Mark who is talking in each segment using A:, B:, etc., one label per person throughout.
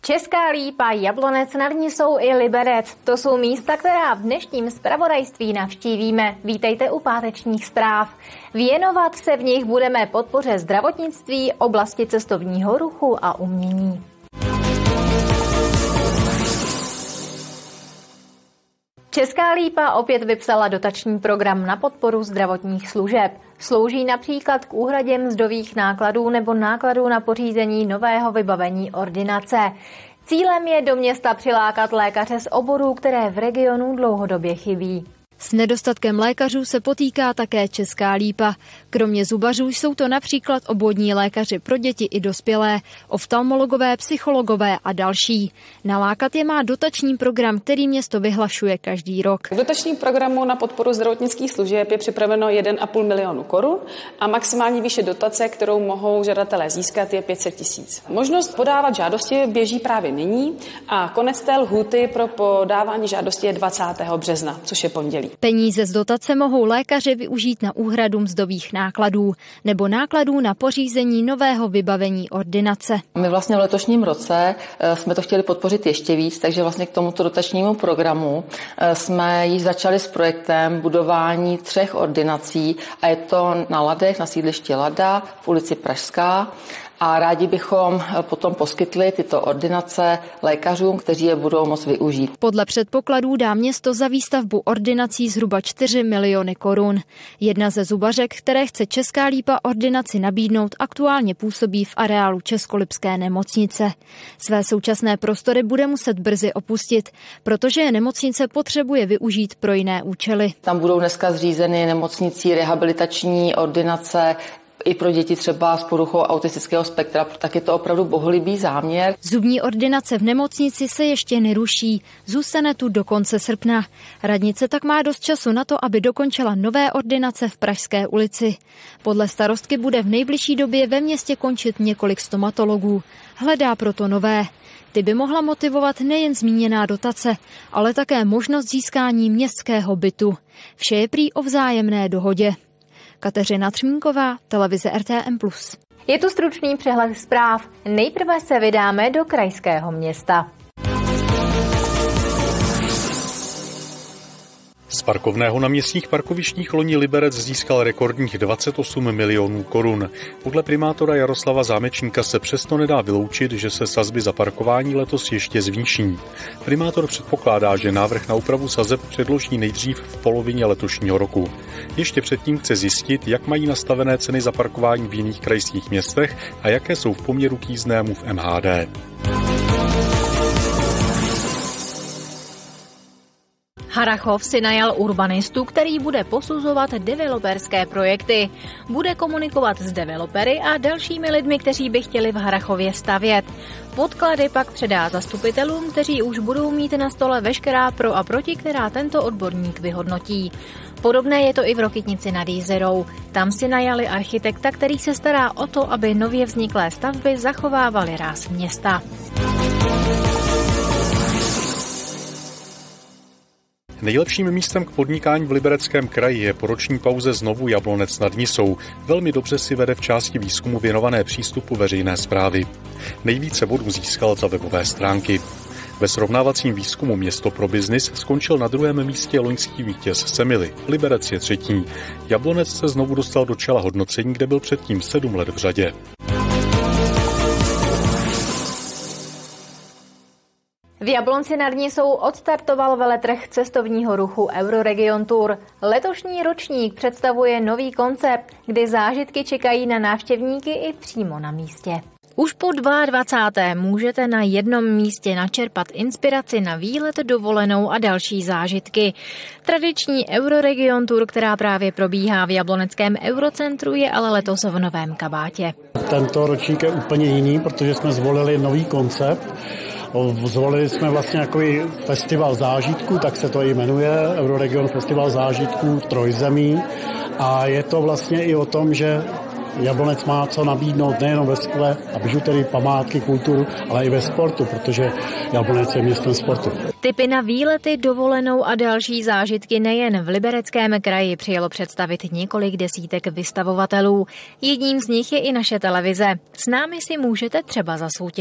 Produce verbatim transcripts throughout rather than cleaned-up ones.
A: Česká Lípa, Jablonec nad Nisou i Liberec. To jsou místa, která v dnešním zpravodajství navštívíme. Vítejte u pátečních zpráv. Věnovat se v nich budeme podpoře zdravotnictví, oblasti cestovního ruchu a umění. Česká Lípa opět vypsala dotační program na podporu zdravotních služeb. Slouží například k úhradě mzdových nákladů nebo nákladů na pořízení nového vybavení ordinace. Cílem je do města přilákat lékaře z oborů, které v regionu dlouhodobě chybí.
B: S nedostatkem lékařů se potýká také Česká Lípa. Kromě zubařů jsou to například obvodní lékaři pro děti i dospělé, oftalmologové, psychologové a další. Nalákat je má dotační program, který město vyhlašuje každý rok.
C: V dotačním programu na podporu zdravotnických služeb je připraveno jeden a půl milionu korun a maximální výše dotace, kterou mohou žadatelé získat, je pět set tisíc. Možnost podávat žádosti běží právě nyní a konec té lhůty pro podávání žádosti je dvacátého března, což je pondělí.
B: Peníze z dotace mohou lékaři využít na úhradu mzdových nákladů nebo nákladů na pořízení nového vybavení ordinace.
D: My vlastně v letošním roce jsme to chtěli podpořit ještě víc, takže vlastně k tomuto dotačnímu programu jsme již začali s projektem budování třech ordinací a je to na Ladech, na sídlišti Lada, v ulici Pražská. A rádi bychom potom poskytli tyto ordinace lékařům, kteří je budou moct využít.
B: Podle předpokladů dá město za výstavbu ordinací zhruba čtyři miliony korun. Jedna ze zubařek, které chce Česká Lípa ordinaci nabídnout, aktuálně působí v areálu Českolipské nemocnice. Své současné prostory bude muset brzy opustit, protože je nemocnice potřebuje využít pro jiné účely.
D: Tam budou dneska zřízeny nemocnicí rehabilitační ordinace, i pro děti třeba s poruchou autistického spektra, tak je to opravdu bohulibý záměr.
B: Zubní ordinace v nemocnici se ještě neruší, zůstane tu do konce srpna. Radnice tak má dost času na to, aby dokončila nové ordinace v Pražské ulici. Podle starostky bude v nejbližší době ve městě končit několik stomatologů. Hledá proto nové. Ty by mohla motivovat nejen zmíněná dotace, ale také možnost získání městského bytu. Vše je prý o vzájemné dohodě. Kateřina Třmínková, televize R T M plus.
A: Je tu stručný přehled zpráv. Nejprve se vydáme do krajského města.
E: Z parkovného na městních parkovištích loni Liberec získal rekordních dvacet osm milionů korun. Podle primátora Jaroslava Zámečníka se přesto nedá vyloučit, že se sazby za parkování letos ještě zvýší. Primátor předpokládá, že návrh na úpravu sazeb předloží nejdřív v polovině letošního roku. Ještě předtím chce zjistit, jak mají nastavené ceny za parkování v jiných krajských městech a jaké jsou v poměru k jízdnému v M H D.
A: Harrachov si najal urbanistu, který bude posuzovat developerské projekty. Bude komunikovat s developery a dalšími lidmi, kteří by chtěli v Harrachově stavět. Podklady pak předá zastupitelům, kteří už budou mít na stole veškerá pro a proti, která tento odborník vyhodnotí. Podobné je to i v Rokytnici nad Jízerou. Tam si najali architekta, který se stará o to, aby nově vzniklé stavby zachovávaly ráz města.
E: Nejlepším místem k podnikání v Libereckém kraji je po roční pauze znovu Jablonec nad Nisou. Velmi dobře si vede v části výzkumu věnované přístupu veřejné správy. Nejvíce bodů získal za webové stránky. Ve srovnávacím výzkumu Město pro biznis skončil na druhém místě loňský vítěz Semily. Liberec je třetí. Jablonec se znovu dostal do čela hodnocení, kde byl předtím sedm let v řadě.
A: V Jablonci nad Nisou odstartoval veletrh cestovního ruchu Euroregion Tour. Letošní ročník představuje nový koncept, kdy zážitky čekají na návštěvníky i přímo na místě. Už po dvacátém druhém můžete na jednom místě načerpat inspiraci na výlet, dovolenou a další zážitky. Tradiční Euroregion Tour, která právě probíhá v jabloneckém Eurocentru, je ale letos v novém kabátě.
F: Tento ročník je úplně jiný, protože jsme zvolili nový koncept. Zvolili jsme vlastně takový festival zážitků, tak se to i jmenuje, Euroregion Festival zážitků v Trojzemí. A je to vlastně i o tom, že Jablonec má co nabídnout nejenom ve skle a bižuterii, památky, kulturu, ale i ve sportu, protože Jablonec je městem sportu.
A: Tipy na výlety, dovolenou a další zážitky nejen v Libereckém kraji přijelo představit několik desítek vystavovatelů. Jedním z nich je i naše televize. S námi si můžete třeba zasoutěžit.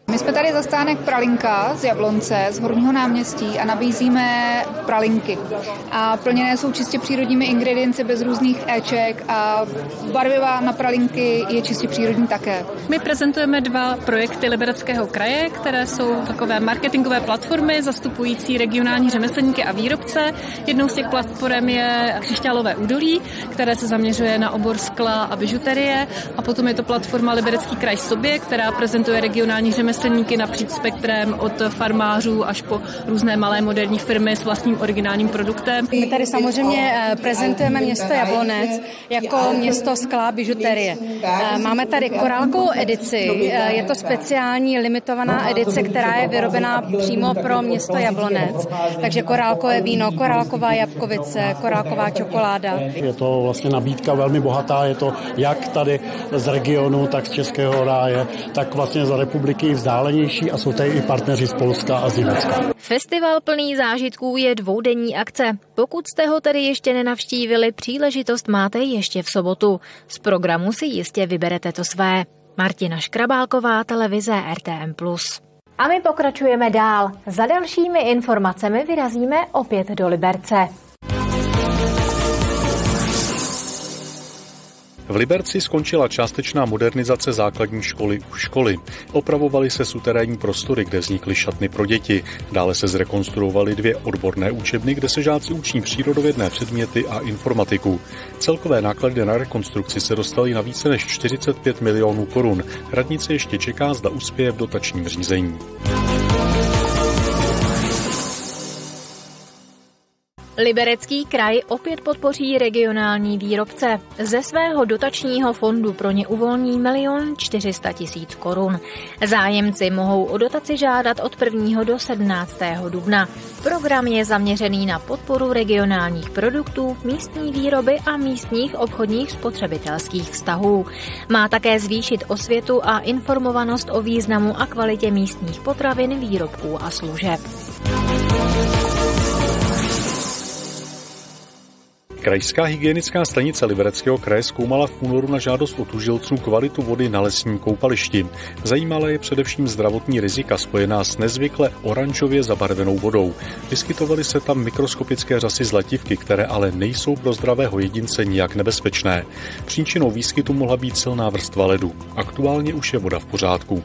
G: My jsme tady zastánek Pralinka z Jablonce, z Horního náměstí a nabízíme pralinky. A plněné jsou čistě přírodními ingredienci bez různých éček a barviva na pralinky je čistě přírodní také.
H: My prezentujeme dva projekty Libereckého kraje, které jsou takové marketingové platformy zastupující regionální řemeslníky a výrobce. Jednou z těch platform je Křišťálové údolí, které se zaměřuje na obor skla a bižuterie, a potom je to platforma Liberecký kraj sobě, která prezentuje regionální řemeslníky napříč spektrem od farmářů až po různé malé moderní firmy s vlastním originálním produktem.
I: My tady samozřejmě prezentujeme město Jablonec jako město skla a bižuterie. Máme tady korálkovou edici, je to speciální limitovaná edice, která je vyrobená přímo pro město Jablonec. Takže korálkové víno, korálková jabkovice, korálková čokoláda.
F: Je to vlastně nabídka velmi bohatá, je to jak tady z regionu, tak z Českého ráje, tak vlastně z republiky vzdálenější a jsou tady i partneři z Polska a z Německa.
A: Festival plný zážitků je dvoudenní akce. Pokud jste ho tedy ještě nenavštívili, příležitost máte ještě v sobotu. Z programu si jistě vyberete to své. Martina Škrabálková, televize R T M plus. A my pokračujeme dál. Za dalšími informacemi vyrazíme opět do Liberce.
E: V Liberci skončila částečná modernizace základní školy u školy. Opravovaly se suterénní prostory, kde vznikly šatny pro děti. Dále se zrekonstruovaly dvě odborné učebny, kde se žáci učí přírodovědné předměty a informatiku. Celkové náklady na rekonstrukci se dostaly na více než čtyřicet pět milionů korun. Radnice ještě čeká, zda uspěje v dotačním řízení.
A: Liberecký kraj opět podpoří regionální výrobce. Ze svého dotačního fondu pro ně uvolní milion čtyři sta tisíc korun. Zájemci mohou o dotaci žádat od prvního do sedmnáctého dubna. Program je zaměřený na podporu regionálních produktů, místní výroby a místních obchodních spotřebitelských vztahů. Má také zvýšit osvětu a informovanost o významu a kvalitě místních potravin, výrobků a služeb.
E: Krajská hygienická stanice Libereckého kraje zkoumala v únoru na žádost od tužilců kvalitu vody na lesním koupališti. Zajímala je především zdravotní rizika spojená s nezvykle oranžově zabarvenou vodou. Vyskytovaly se tam mikroskopické řasy zlativky, které ale nejsou pro zdravého jedince nijak nebezpečné. Příčinou výskytu mohla být silná vrstva ledu. Aktuálně už je voda v pořádku.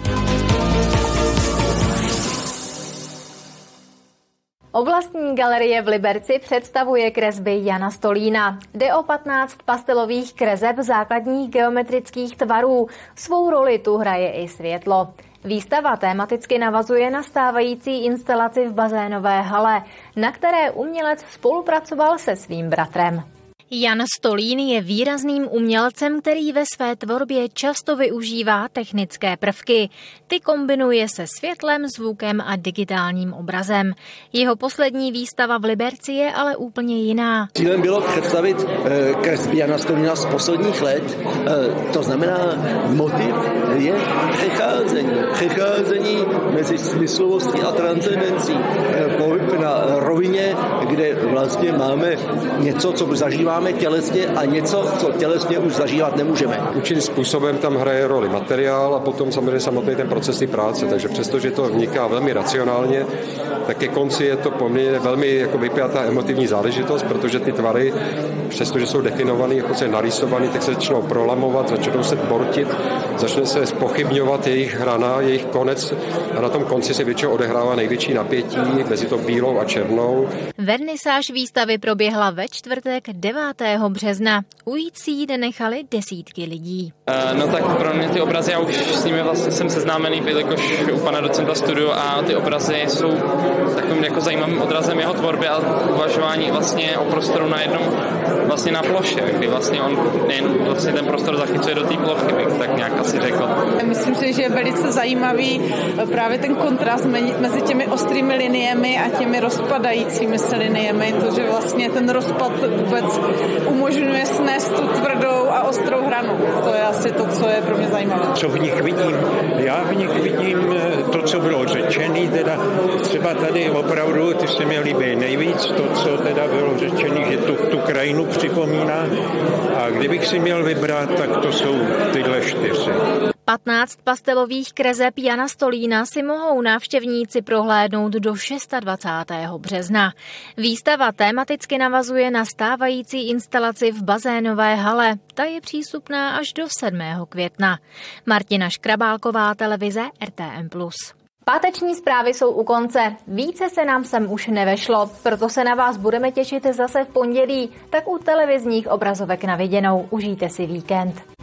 A: Oblastní galerie v Liberci představuje kresby Jana Stolína. Jde o patnáct pastelových kreseb základních geometrických tvarů. Svou roli tu hraje i světlo. Výstava tematicky navazuje na stávající instalaci v bazénové hale, na které umělec spolupracoval se svým bratrem. Jan Stolín je výrazným umělcem, který ve své tvorbě často využívá technické prvky. Ty kombinuje se světlem, zvukem a digitálním obrazem. Jeho poslední výstava v Liberci je ale úplně jiná.
J: Cílem bylo představit kresby Jana Stolína z posledních let. To znamená, motiv je přecházení. Přecházení mezi smyslovostí a transcendencí. Pohyb na rovině, kde vlastně máme něco, co zažíváme tělesně a něco, co tělesně už zažívat nemůžeme.
K: Určitým způsobem tam hraje roli materiál a potom samozřejmě samotný ten procesy práce, takže přestože to vniká velmi racionálně, tak ke konci je to poměrně velmi jako vypjatá emotivní záležitost, protože ty tvary, přestože jsou definovaný, jako se narýsovaný, tak se začnou prolamovat, začnou se bortit, začne se zpochybňovat jejich hrana, jejich konec a na tom konci se většinou odehrává největší napětí mezi to bílou a černou.
A: Vernisáž výstavy proběhla ve čtvrtek devátého března. Ujít si ji nechali desítky lidí.
L: No tak pro mě ty obrazy, já už s nimi vlastně jsem seznámený, jelikož u pana docenta studiu a ty obrazy jsou takovým jako zajímavým odrazem jeho tvorby a uvažování vlastně o prostoru na jednom, vlastně na ploše, kdy vlastně on nejen vlastně ten prostor zachycuje do té plochy, bych tak nějak asi řekl.
M: Myslím si, že je velice zajímavý právě ten kontrast mezi těmi ostrými liniemi a těmi rozpadajícími se liniemi, to, že vlastně ten rozpad vůbec umožňuje snést tu tvrdou a ostrou hranu. To je asi to, co je pro mě zajímavé.
N: Co v nich vidím? Já v nich vidím to, co bylo řečené, teda třeba tady opravdu, ty se mi líbí nejvíc, to, co teda bylo řečené, že tu, tu krajinu připomíná. A kdybych si měl vybrat, tak to jsou tyhle čtyři.
A: patnáct pastelových kreseb Jana Stolína si mohou návštěvníci prohlédnout do dvacátého šestého března. Výstava tematicky navazuje na stávající instalaci v bazénové hale. Ta je přístupná až do sedmého května. Martina Škrabálková, televize R T M plus. Páteční zprávy jsou u konce. Více se nám sem už nevešlo, proto se na vás budeme těšit zase v pondělí, tak u televizních obrazovek na viděnou. Užijte si víkend.